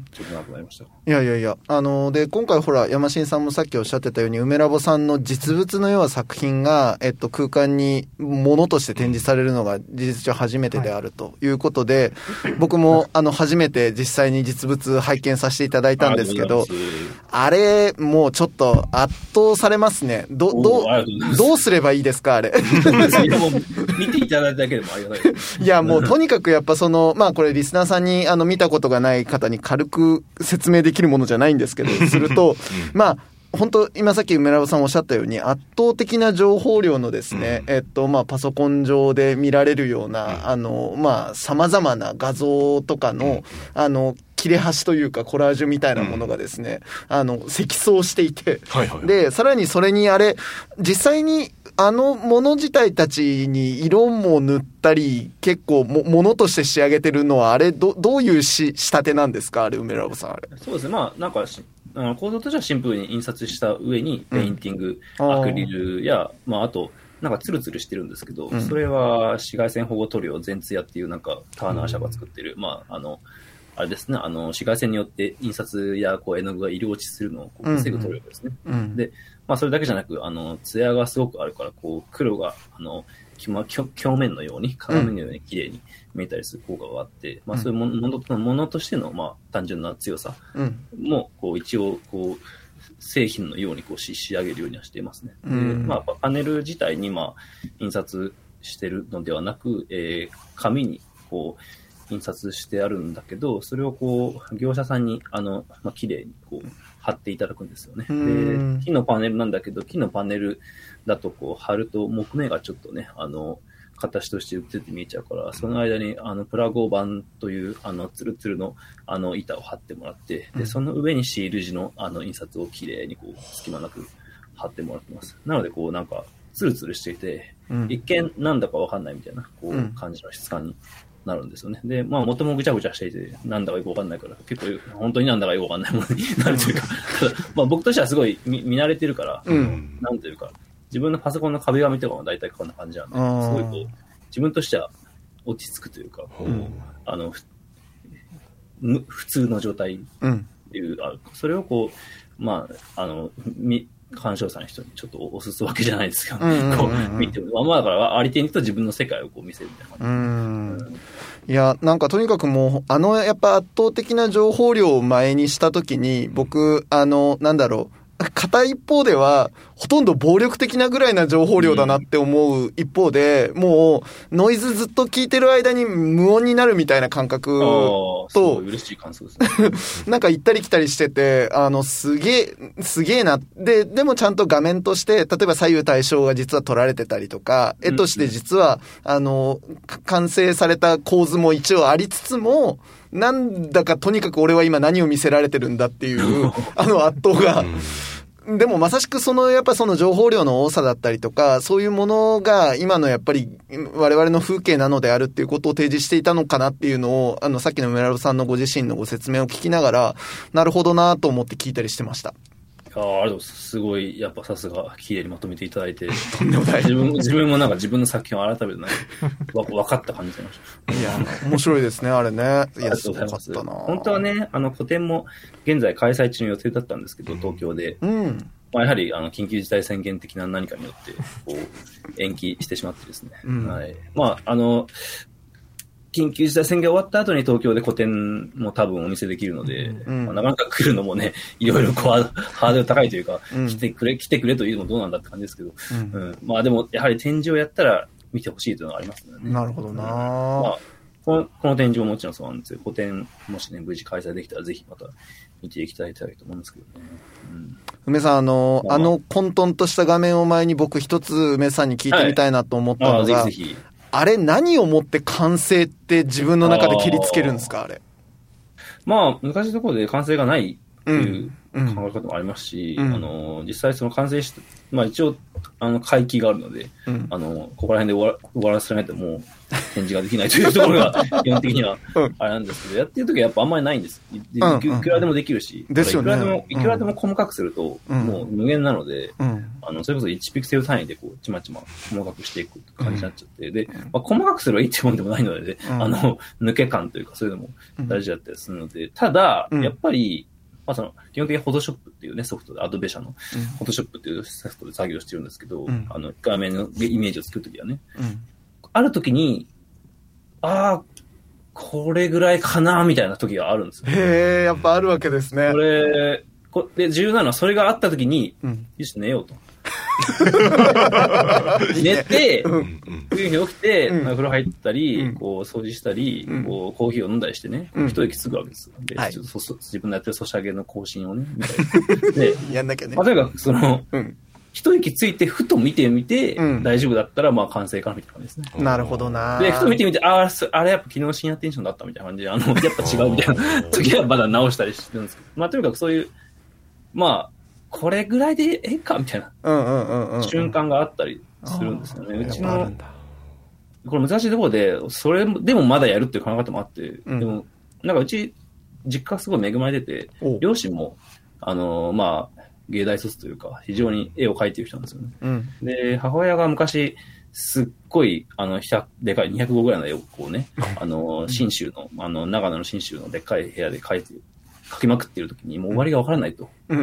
ちょっと長くなりました。いやいやいや、あの、で、今回ほら、山新さんもさっきおっしゃってたように、梅ラボさんの実物のような作品が、えっと、空間に物として展示されるのが事実上初めてであるということで、はい、僕も、あの、初めて実際に実物拝見させていただいたんですけど、あれ、もうちょっと圧倒されますね。ど、どう、どうすればいいですか、あれ。 見ていただいただけでもありがたい。 いや、もうとにかくやっぱその、まあこれリスナーさんにあの見たことがない方に軽く説明できるものじゃないんですけど、すると、まあ、本当今さっき梅ラボさんおっしゃったように圧倒的な情報量のですね、うん、えっとまあパソコン上で見られるような、うん、あのまあ様々な画像とかの、うん、あの切れ端というかコラージュみたいなものがですね、うん、あの積層していて、はいはい、でさらにそれにあれ実際にあのもの自体たちに色も塗ったり結構もものとして仕上げてるのはあれ ど, どういうし仕立てなんですか、あれ梅ラボさん。あれそうですね、まあなんかあの構造としてはシンプルに印刷した上にペインティング、うん、アクリルや、まあ、あとなんかツルツルしてるんですけど、うん、それは紫外線保護塗料全ツヤっていうなんかターナー社が作ってる、うん、まああのあれですね、あの紫外線によって印刷やこう絵の具が色落ちするのをこう防ぐ塗料ですね、うんうん、で、まあ、それだけじゃなくあのツヤがすごくあるからこう黒があの表面のように鏡のように綺麗に見えたりする効果があって、うん、まあ、そういうもの、ものとしての、まあ、単純な強さもこう一応こう製品のようにこう仕上げるようにはしていますね。うん、で、まあ、パネル自体にまあ印刷してるのではなく、えー、紙にこう印刷してあるんだけど、それをこう業者さんにあの、まあ、綺麗にこう貼っていただくんですよね。で、木のパネルなんだけど、木のパネルだとこう貼ると木目がちょっとね、あの形として映って見えちゃうから、その間にあのプラゴ板というあのツルツルのあの板を貼ってもらって、でその上にシール地のあの印刷をきれいにこう隙間なく貼ってもらってます。なのでこうなんかツルツルしていて、うん、一見なんだかわかんないみたいなこう感じの質感になるんですよね。で、まあ元もぐちゃぐちゃしていてなんだかよくわかんないから結構本当になんだかよくわかんないものになるというか、まあ僕としてはすごい 見, 見慣れてるから、うん、なんというか。自分のパソコンの壁紙とかも大体こんな感じなんで、すごいこう自分としては落ち着くというか、こう、うん、あの普通の状態っていう、うん、あそれをこうまああのみ鑑賞者の人にちょっとおすすわけじゃないですけど、うんうん、こう見てまあだからありてにと自分の世界をこう見せるみたいな感じ。うんうんいやなんかとにかくもうあのやっぱ圧倒的な情報量を前にしたときに僕あのなんだろう。片一方ではほとんど暴力的なぐらいな情報量だなって思う一方で、うん、もうノイズずっと聞いてる間に無音になるみたいな感覚と嬉しい感想ですねなんか行ったり来たりしててあのすげえすげえなででもちゃんと画面として例えば左右対称が実は撮られてたりとか絵として実は、うん、あの完成された構図も一応ありつつもなんだかとにかく俺は今何を見せられてるんだっていうあの圧倒が、うん、でもまさしくそのやっぱその情報量の多さだったりとかそういうものが今のやっぱり我々の風景なのであるっていうことを提示していたのかなっていうのをあのさっきの梅ラボさんのご自身のご説明を聞きながらなるほどなと思って聞いたりしてました。 ああ、ありがとうございます。すごい、やっぱさすが、綺麗にまとめていただいて、とんでもない。自分も、自分もなんか自分の作品を改めてね、わ、分かった感じがしました。 いや、面白いですね、あれね。いや、すごかったな。 本当はね、あの、個展も現在開催中の予定だったんですけど、東京で。うん。まあ、やはり、あの、緊急事態宣言的な何かによって、こう、延期してしまってですね。うん、はい。まあ、あの、緊急事態宣言終わった後に東京で個展も多分お見せできるので、うんまあ、なかなか来るのもね、いろいろこうハードル高いというか、うん、来てくれ、来てくれというのもどうなんだって感じですけど、うんうん、まあでもやはり展示をやったら見てほしいというのがありますのでね。 なるほどな、うん、まあこの、この展示ももちろんそうなんですけど、個展もしね、無事開催できたらぜひまた見ていきたいと思うんですけどね。うん、 梅さん、あの、まあ、あの混沌とした画面を前に僕一つ梅さんに聞いてみたいなと思ったのが、はい、あ、ぜひぜひあれ何をもって完成って自分の中で切りつけるんですかあれ。 まあ難しいところで完成がないっていう考え方もありますし、うんうん、あの実際その完成してまあ一応あの回帰があるので、うん、あのここら辺で終わら、終わらせないともう展示ができないというところが基本的にはあれなんですけど、やってる時はやっぱあんまりないんです。いくらでもできるし、 ですよね、 いくらでもいくらでも細かくするともう無限なので、うん、あのそれこそいちピクセル単位でこうちまちま細かくしていく感じになっちゃって、うん、で、まあ、細かくすればいいってもんでもないので、うん、あの抜け感というかそういうのも大事だったりするので、ただやっぱりまあ、その基本的にフォトショップっていうねソフトで、アドベ社のフォトショップっていうソフトで作業してるんですけど、うん、あの画面のイメージを作るときはね、うん、あるときにああこれぐらいかなみたいな時があるんですよ。 へえ、やっぱあるわけですね。 これこで重要なのはそれがあったときに、うん、よし寝ようと。寝て、うん、次の日起きて、うん、風呂入ったり、うん、こう掃除したり、うん、こうコーヒーを飲んだりしてね、うん、一息つくわけです。で、はい、ちょっとそ自分のやってるソシャゲの更新をね、見たりで、 やんなきゃね。 例えばその、うん、一息ついてふと見てみて、うん、大丈夫だったらまあ完成かなみたいな感じですね。 なるほどな。 で、ふと見てみて、ああ、あれやっぱ昨日深夜テンションだったみたいな感じで、あのやっぱ違うみたいな時はまだ直したりしてるんですけど、まあとにかくそういうまあこれぐらいでええかみたいな瞬間があったりするんですよね。うちのこれ難しいところで、それでもまだやるっていう考え方もあって、うん、でもなんかうち実家すごい恵まれてて、両親もあのまあ芸大卒というか非常に絵を描いてる人なんですよね。うん、で母親が昔すっごいあのでかいにひゃくごぐらいの絵をこうね、あの信州のあの長野の信州のでっかい部屋で描いて書きまくっているときにもう終わりがわからないと、うん、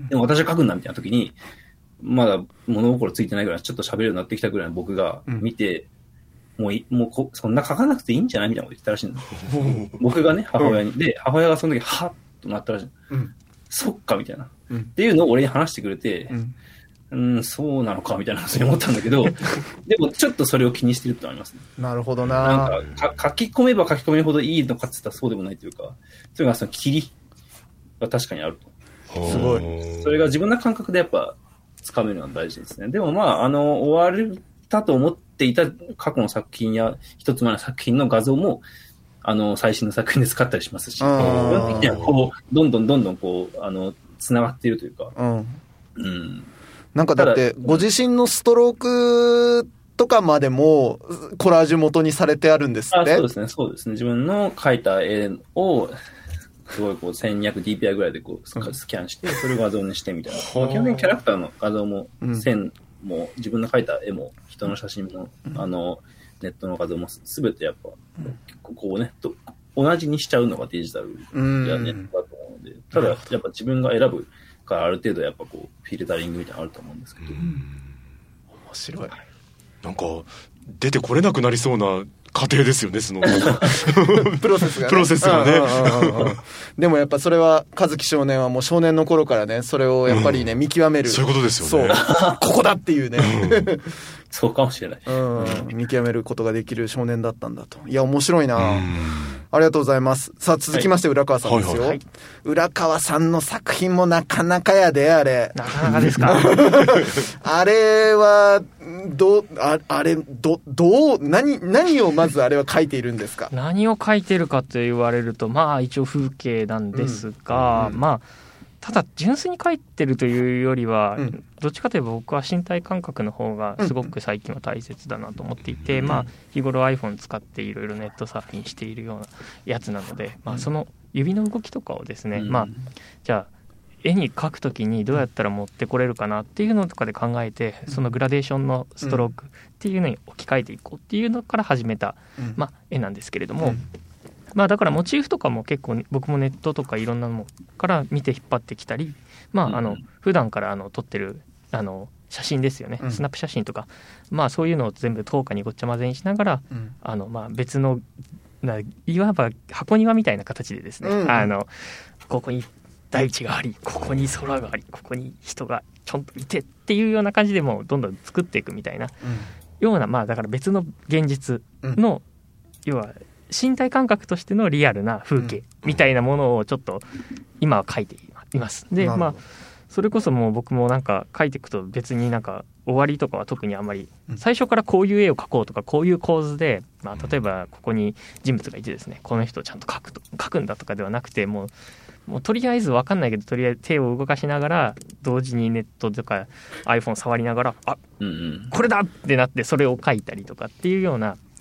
でも私は書くんだみたいなときにまだ物心ついてないぐらいちょっと喋るようになってきたぐらいの僕が見て、うん、もういもうこそんな書かなくていいんじゃないみたいなこと言ったらしいんです僕がね母親に、うん、で母親がその時はっとなったらしい、うん、そっかみたいな、うん、っていうのを俺に話してくれて、うんうん、そうなのかみたいな話に思ったんだけどでもちょっとそれを気にしてるってありますね。 なるほどな。 なんかか書き込めば書き込めるほどいいのかって言ったらそうでもないというか、それがその切りが確かにあると。 すごい。 それが自分の感覚でやっぱつかめるのは大事ですね。でもまああの終わったと思っていた過去の作品や一つ前の作品の画像もあの最新の作品で使ったりしますし、基本的にはこうどんどんどんどんこうあのつながっているというか。うん。うん、 なんかだってご自身のストロークとかまでもコラージュ元にされてあるんですって。 あ、そうですね、そうですね。自分の描いた絵をすごいこう せんにひゃくディーピーアイ ぐらいでこうスキャンしてそれを画像にしてみたいな。基本的にキャラクターの画像も線も自分の描いた絵も人の写真もあのネットの画像もすべてやっぱこうねと同じにしちゃうのがデジタルやネットだと思うので、ただやっぱ自分が選ぶからある程度やっぱこうフィルタリングみたいなのあると思うんですけど。うん、面白い。なんか出てこれなくなりそうな過程ですよね、そのプロセスがね。 プロセスがね。 でもやっぱそれは和樹少年はもう少年の頃からね、それをやっぱりね、うん、見極める。 そういうことですよね。 そうここだっていうね。うん、 そうかもしれない、 うん。見極めることができる少年だったんだと。いや面白いな。ありがとうございます。さあ続きまして浦川さんですよ。はいはいはい、浦川さんの作品もなかなかやであれ。 なかなかですか。 あれはどああれどどう何何をまずあれは書いているんですか。 何を書いてるかと言われるとまあ一応風景なんですが、うんうん、まあただ純粋に書いてるというよりは、うん、どっちかといえば僕は身体感覚の方がすごく最近は大切だなと思っていて、うん、まあ日頃 iPhone 使っていろいろネットサーフィンしているようなやつなので、まあ、その指の動きとかをですね、うん、まあじゃあ絵に描くときにどうやったら持ってこれるかなっていうのとかで考えて、そのグラデーションのストロークっていうのに置き換えていこうっていうのから始めた、まあ、絵なんですけれども、まあ、だからモチーフとかも結構僕もネットとかいろんなのから見て引っ張ってきたり、まあ、あの普段からあの撮ってるあの写真ですよね、スナップ写真とか、まあ、そういうのを全部等価にごっちゃ混ぜにしながら、あのまあ別のいわば箱庭みたいな形でですね、あのここに大地があり、ここに空があり、ここに人がちょんといてっていうような感じでもうどんどん作っていくみたいな、うん、ような、まあだから別の現実の、うん、要は身体感覚としてのリアルな風景みたいなものをちょっと今は描いています。で、まあそれこそもう僕もなんか描いていくと別になんか終わりとかは特にあんまり最初からこういう絵を描こうとかこういう構図で、まあ、例えばここに人物がいてですね、この人をちゃんと描くと描くんだとかではなくて、もうもうとりあえず分かんないけどとりあえず手を動かしながら同時にネットとか iPhone 触りながらあ、うんうん、これだってなってそれを書いたりとかっていうような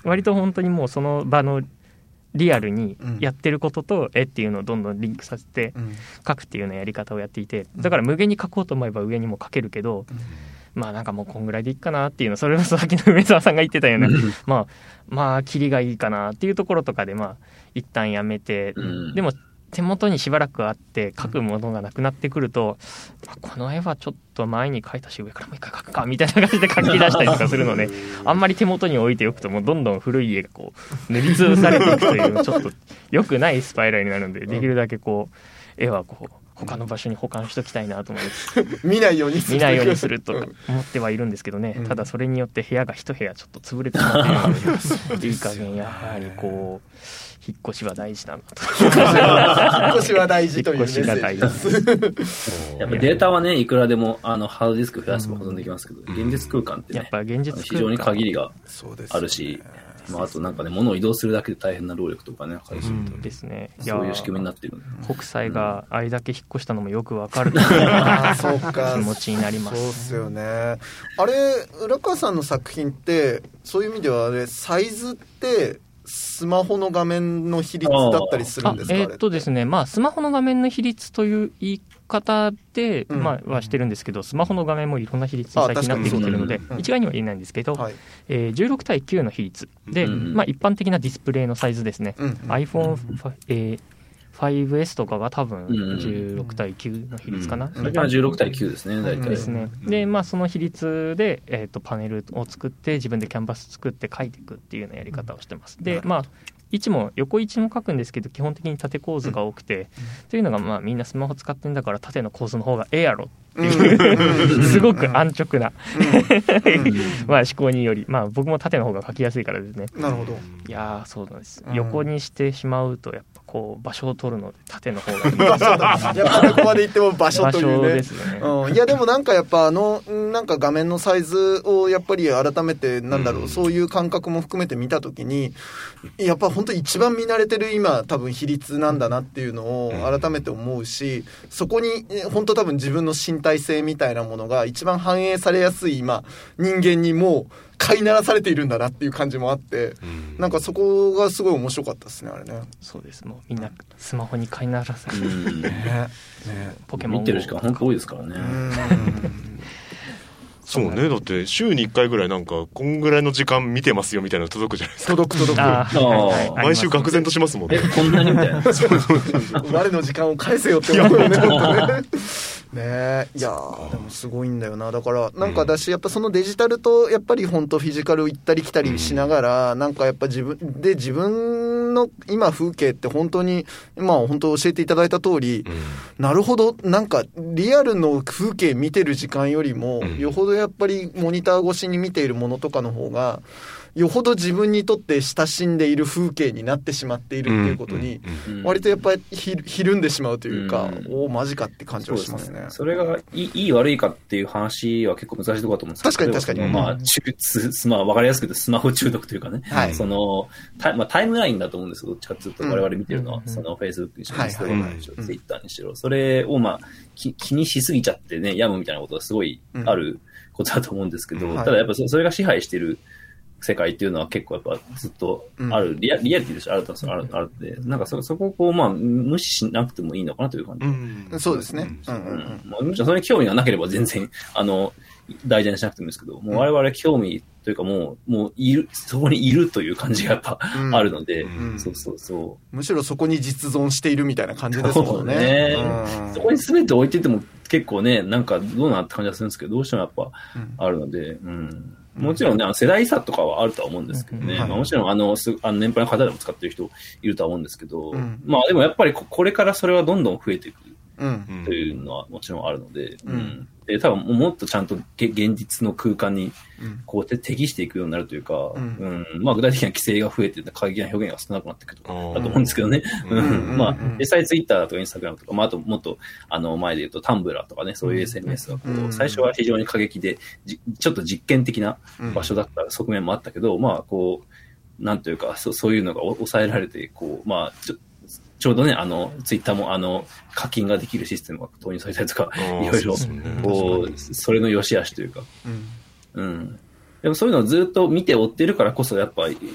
割と本当にもうその場のリアルにやってることと絵っていうのをどんどんリンクさせて描くっていうようなやり方をやっていて、だから無限に描こうと思えば上にも描けるけど、まあなんかもうこんぐらいでいいかなっていうの、それこそさっきの梅沢さんが言ってたようなまあまあキリがいいかなっていうところとかでまあ一旦やめて、でも手元にしばらくあって描くものがなくなってくると、まあ、この絵はちょっと前に描いたし上からもう一回描くかみたいな感じで描き出したりとかするのであんまり手元に置いておくともうどんどん古い絵がこう塗りつぶされていくというちょっと良くないスパイラルになるので、できるだけこう絵はこう他の場所に保管しときたいなと思って見ないようにする見ないようにすると思ってはいるんですけどね、うん、ただそれによって部屋が一部屋ちょっと潰れてしまっているのでいい加減やはりこう引っ越しは大事だなと引っ越しは大事というメッセージです。 やっぱデータはねいくらでもあのハードディスク増やせば保存できますけど、うん、現実空間ってねやっぱ現実空間非常に限りがあるし、まあ、あとなんかね物を移動するだけで大変な労力とかねかかるし、 うんですね、 そういう仕組みになってる、 北斎があれだけ引っ越したのもよくわかるあそうか気持ちになります。 そうっすよね。あれ浦川さんの作品ってそういう意味ではあれサイズってスマホの画面の比率だったりするんですか？ えー、っとですね、まあスマホの画面の比率という言い方で、うん、まあはしてるんですけど、スマホの画面もいろんな比率に最近なってきてるので、一概には言えないんですけど、はいえー、じゅうろくたいきゅうの比率で、うん、まあ一般的なディスプレイのサイズですね。うん、iPhone、えーファイブエス とかが多分じゅうろくたいきゅうの比率かな、 うんうん、それがじゅうろくたいきゅうですね大体ですね。でまあその比率で、えー、とパネルを作って自分でキャンバス作って書いていくっていうようなやり方をしてます。でまあ位置も横位置も書くんですけど基本的に縦構図が多くて、うん、というのがまあみんなスマホ使ってんだから縦の構図の方がええやろっていうすごく安直なまあ思考により、まあ僕も縦の方が書きやすいからですね。 なるほど。 いやそうなんです、うん、横にしてしまうとやっぱこう場所を取るので縦の方がいいやっぱどこまで行っても場所というね。 ですね、 うん、いやでもなんかやっぱあのなんか画面のサイズをやっぱり改めてなんだろう、うん、そういう感覚も含めて見たときにやっぱ本当一番見慣れてる今多分比率なんだなっていうのを改めて思うし、そこに本当多分自分の身体性みたいなものが一番反映されやすい今人間にもう飼いならされているんだなっていう感じもあって、うん、なんかそこがすごい面白かったですねあれね。 そうです、もうみんなスマホに飼いならされて、 うんねね、ポケモン見てる時間本当多いですからね。うんそうね、だって週にいっかいぐらいなんかこんぐらいの時間見てますよみたいなの届くじゃないですか。 届く届くああ毎週愕然としますもんね。 えこんなにみたいな我の時間を返せよって思うよねねえいやでもすごいんだよな。だからなんかだしやっぱそのデジタルとやっぱり本当フィジカル行ったり来たりしながら、うん、なんかやっぱ自分で自分の今風景って本当にまあ本当教えていただいた通り、うん、なるほどなんかリアルの風景見てる時間よりも、うん、よほどやっぱりモニター越しに見ているものとかの方がよほど自分にとって親しんでいる風景になってしまっているっていうことに割とやっぱりひるんでしまうというか、うん、おおマジかって感じはしますね。 それがいい、いい悪いかっていう話は結構難しいところだと思うんですけど、 確かに確かに、 まあ、中まあ、分かりやすく言うとスマホ中毒というかね、はい、そのタイ、まあ、タイムラインだと思うんですけど、どっちかっていうと我々見てるのは、うん、その Facebook にしろ、インスタグラムにしろ、Twitter にしろ、それをまあ気、気にしすぎちゃってね、病むみたいなことがすごいあることだと思うんですけど、うん、ただやっぱそれが支配してる世界っていうのは結構やっぱずっとある、うん、リア、リアリティとしてあるとある、あるんで、なんかそ、そこをこう、まあ、無視しなくてもいいのかなという感じ。 うん、そうですね。うんうんうん。 まあ、むしろそれに興味がなければ全然、あの、大事にしなくてもいいんですけど、もう我々興味というかもう、もういる、そこにいるという感じがやっぱあるので、うん、そうそうそう。 むしろそこに実存しているみたいな感じですもんね。そうね。 うん、そこに全て置いてても結構ね、なんかどうなって感じがするんですけど、どうしてもやっぱあるので、うん。もちろんね、あの世代差とかはあるとは思うんですけどね。うんはいまあ、もちろんあの、すあの年配の方でも使ってる人いるとは思うんですけど、うん、まあでもやっぱり こ, これからそれはどんどん増えていくというのはもちろんあるので、うんうん、で多分もっとちゃんと現実の空間にこう適していくようになるというか、うんうん、まあ具体的な規制が増えて過激な表現が少なくなっていくとかだと思うんですけどね。まあ実際ツイッターとかインスタグラムとか、まああともっとあの前で言うとタンブラーとかね、そういう エスエヌエス がこう最初は非常に過激でじちょっと実験的な場所だった側面もあったけど、まあこうなんというかそ う, そういうのが抑えられてこうまあちょちょうどね、あの、ツイッターも、あの、課金ができるシステムが導入されたりとか、いろいろ、こう、それの良し悪しというか、うん。うん。でもそういうのをずっと見て追ってるからこそ、やっぱ、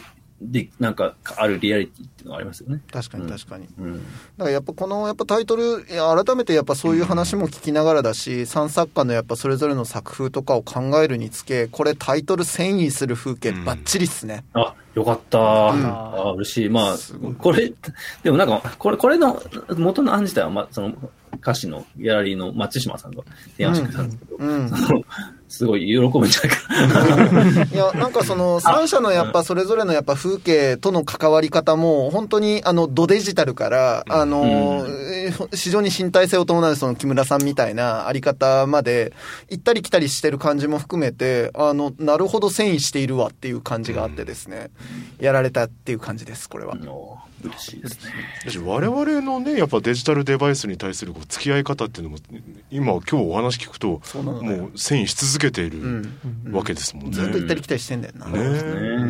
でなんかあるリアリティっていうのがありますよね。 確かに確かに、 うん、 だからやっぱこのやっぱタイトル改めてやっぱそういう話も聞きながらだし、さん作家のやっぱそれぞれの作風とかを考えるにつけ、これタイトル遷移する風景バッチリっすね、 うん、あよかった、うん、あ嬉しい。まあこれでもなんかこれこれの元の案自体は、まあ、その歌詞のギャラリーの松島さんが提案してくれたんですけど、うんうん、そのすごい喜ぶんじゃないかな。いやなんかそのさん社のやっぱそれぞれのやっぱ風景との関わり方も本当にあのドデジタルからあの、うん、非常に身体性を伴うその木村さんみたいなあり方まで行ったり来たりしてる感じも含めて、あのなるほど遷移しているわっていう感じがあってですね、やられたっていう感じですこれは。 嬉しいですね。 我々のねやっぱデジタルデバイスに対するこう付き合い方っていうのも今今日お話聞くともう遷移し続けているわけですもんね、うん、 ずっと行ったり来たりしてんだよな、ねねうん、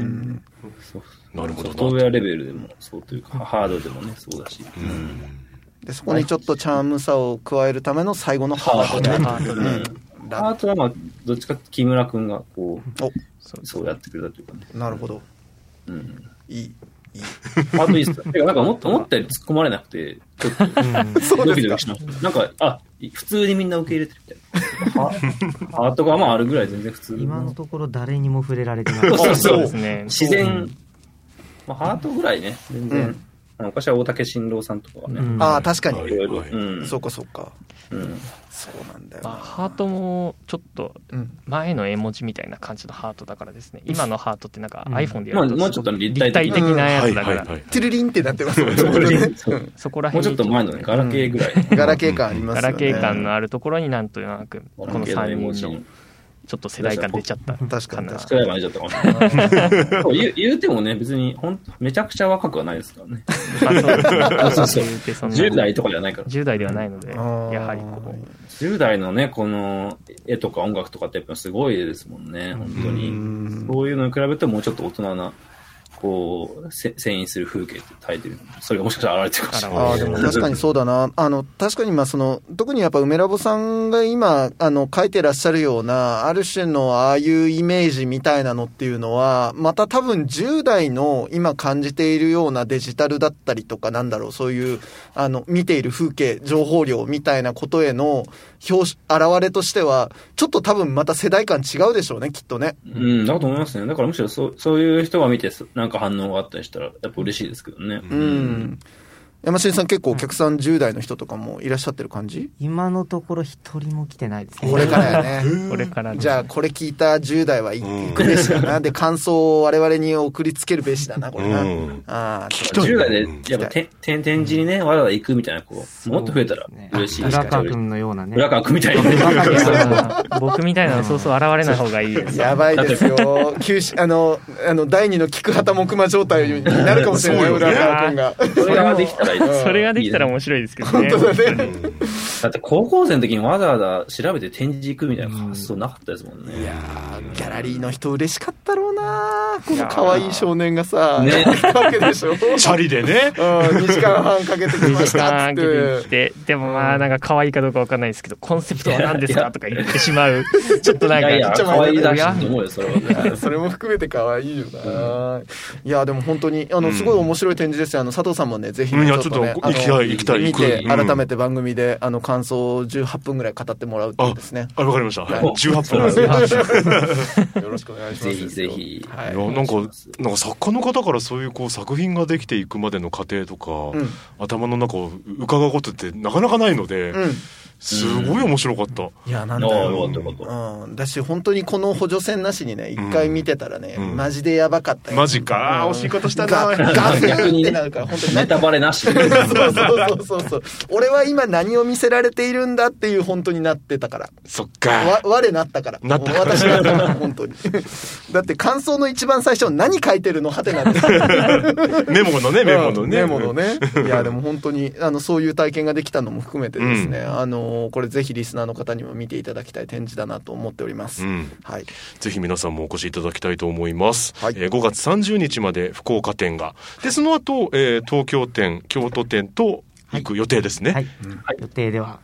なるほど。 ソフトウェアレベルでもそうというかハードでもねそうだし、うん、 でそこにちょっとチャームさを加えるための最後のハートで、 ハートね、ハートはまあどっちかって木村君がこうそうやってくれたというかね。 なるほど、 うん、 いいいいハートいいっす。てかなんか思った思ったより突っ込まれなくてちょっとドキドキしました。なんかあ普通にみんな受け入れてるみたいな。ハートがまああるぐらい全然普通。 今のところ誰にも触れられてない。 そうそうですね。自然、まあ、ハートぐらいね全然。うん昔は大竹新郎さんとかはね、 うん、ああ確かに、 うん、 そうかそうか、 うん、 そうなんだよ、 まあ、ハートもちょっと前の絵文字みたいな感じのハートだからですね、今のハートってなんか iPhone でやると、 まあ、もうちょっと立体的なやつだから、 トゥルリンってなってますもんねそこら辺もうちょっと前のねガラケーぐらい、 ガラケー感ありますよね。 ガラケー感のあるところになんとなくこのさんにんのちょっと世代間出ちゃったかな。 確かに世代間出ちゃったかもしれない。言う、言うてもね、別にほんめちゃくちゃ若くはないですからね。そうそうそう。じゅう代とかではないから。 じゅう代ではないので、やはりこう。 じゅう代のね、この絵とか音楽とかってやっぱすごい絵ですもんね、本当に。そういうのに比べてもうちょっと大人な、こう、遷移する風景ってタイトル、それがもしかしたら現れてるかもしれない。 ああ、でも確かにそうだな。あの、確かにまあその、特にやっぱ梅ラボさんが今、あの、描いてらっしゃるような、ある種のああいうイメージみたいなのっていうのは、また多分じゅう代の今感じているようなデジタルだったりとか、なんだろう、そういう、あの、見ている風景、情報量みたいなことへの表、現れとしては、ちょっと多分また世代間違うでしょうね、きっとね。 うん、だと思いますね。だからむしろそう、そういう人が見て、なんか反応があったりしたら、やっぱ嬉しいですけどね。 うん。うん山下さん結構お客さんじゅう代の人とかもいらっしゃってる感じ？ 今のところ一人も来てないですね。 これからやね。 これから、ね、 じゃあこれ聞いたじゅう代は行くべしだな。で感想を我々に送りつけるべしだなこれな。うん、ああじゅう代でやっぱて展示にねわざわざ行くみたいなこうもっと増えたら嬉しい。 浦川君のようなね。 浦川君みたいな。 僕みたいなのそうそう現れない方がいいです。 やばいですよ。九州あのあの第二の菊畑木馬状態になるかもしれない浦川君が。 それができたらいい。 それができたら面白いですけどね。 本当だね。 だって高校生の時にわざわざ調べて展示行くみたいな発想なかったですもんね。 いやー、ギャラリーの人嬉しかったろうなこの可愛い少年がさ、 ね、 行くわけでしょ。 チャリでね。 うん、にじかんはんかけてきましたって。 で、でもまあなんか可愛いかどうかわかんないですけど、コンセプトは何ですかとか言ってしまう。ちょっとなんか、 いやいや可愛いだしと思うよ、それは。 それも含めて可愛いよな、うん、いや、でも本当に、あの、すごい面白い展示ですよ。あの、佐藤さんもね、ぜひ、ね、 ちょっとね、行きたい、行きたい。 見て、改めて番組で、あの、感想をじゅうはっぷんぐらい語ってもらうっていうですね。 あ、わかりました。はい、じゅうはっぷん。よろしくお願いします。 ぜひぜひ。 はい、いや、なんか、なんか作家の方からそういうこう作品ができていくまでの過程とか、うん、頭の中を伺うことってなかなかないので、うん、すごい面白かった。 いや、なんだろう。うん。だし、本当にこの補助線なしにね、一回見てたらね、うん、マジでやばかったよ。 マジか。惜しいことしたな。 ガフってなるから、本当に。 ネタバレなし。そうそうそうそう。俺は今何を見せられているんだっていう本当になってたから。 そっか。 わ、我なったから。 なったから。 私なったから、本当に。だって感想の一番最初、何書いてるのはてなんです。 メモのね、メモのね。 メモのね。いや、でも本当に、あの、そういう体験ができたのも含めてですね、あの、これぜひリスナーの方にも見ていただきたい展示だなと思っております。うん、はい。 ぜひ皆さんもお越しいただきたいと思います。はい、えー、ごがつさんじゅうにちまで福岡店が。で、その後、えー、東京店、京都店と行く予定ですね。 はい。はい、予定では。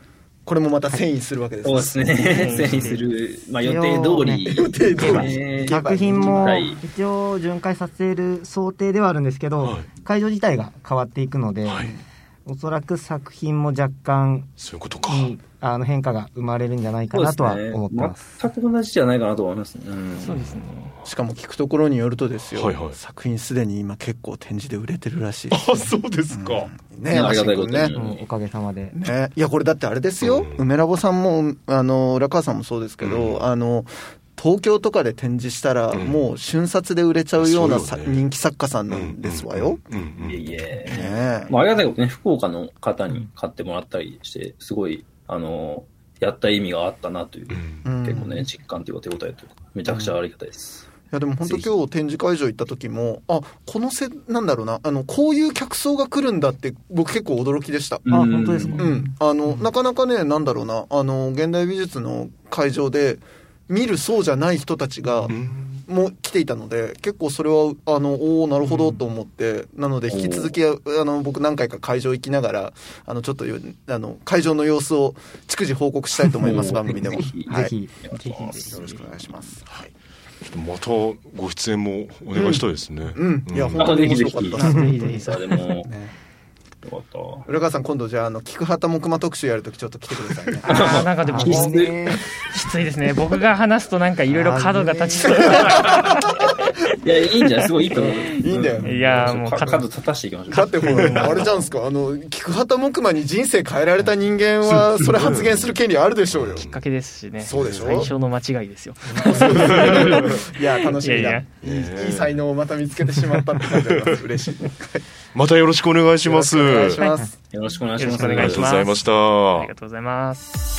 これもまた遷移するわけですね。そうですね。遷移する、まあ、予定通り、ね、 予定通り作品も一応巡回させる想定ではあるんですけど、はい、会場自体が変わっていくので、はい、おそらく作品も若干そういうことかあの変化が生まれるんじゃないかなとは思ってます。 全く同じじゃないかなと思いますね。うん、 そうですね。 しかも聞くところによるとですよ、 はいはい、 作品すでに今結構展示で売れてるらしいです、 ね、あ、そうですか、 うん、ね、ありがたいことね、 うん、おかげさまで、 ね、いやこれだってあれですよ、うん、梅ラボさんもあの浦川さんもそうですけど、うん、あの東京とかで展示したら、うん、もう瞬殺で売れちゃうような、ね、人気作家さんなんですわよ。 いえいえ、まあ、ありがたいことね、福岡の方に買ってもらったりしてすごいあのやった意味があったなという、うん、結構ね実感というか手応えというかめちゃくちゃありがたいです。 いやでも本当今日展示会場行った時もあこのせなんだろうなあのこういう客層が来るんだって僕結構驚きでした。あ、 本当ですか。 うん、あの、うん、なかなかねなんだろうなあの現代美術の会場で見るそうじゃない人たちが、うん、もう来ていたので結構それはあのおおなるほどと思って、うん、なので引き続きあの僕何回か会場行きながらあのちょっとあの会場の様子を逐次報告したいと思います番組でもぜひ、はい、ぜひよろしくお願いします。はい、 またご出演もお願いしたいですね。 うん、うんうん、いや本当に面白かった。 ぜひぜひさでも、ね、よかった。 浦川さん今度じゃああの菊畑木馬特集やるときちょっと来てくださいね。 あなんかでもきついですね。僕が話すとなんかいろいろ角が立ちそう。 いやいいんじゃないすごいいいと思う。 いいんだよ。 いやもう角立たしていきましょう。 だってほらあれじゃんすかあの菊畑木馬に人生変えられた人間はそれ発言する権利あるでしょうよ。 きっかけですしね。 そうでしょ。 最初の間違いですよ。 いや楽しみだ。いいいい才能をまた見つけてしまったって感じが嬉しい。 またよろしくお願いします。 お願いします。 よろしくお願いします。 ありがとうございました。ありがとうございます。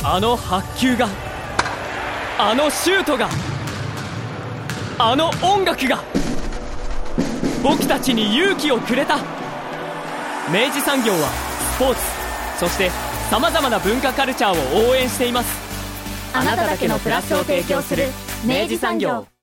あの白球が、あのシュートが、あの音楽が僕たちに勇気をくれた。明治産業はスポーツ、そしてさまざまな文化カルチャーを応援しています。 あなただけのプラスを提供する明治産業。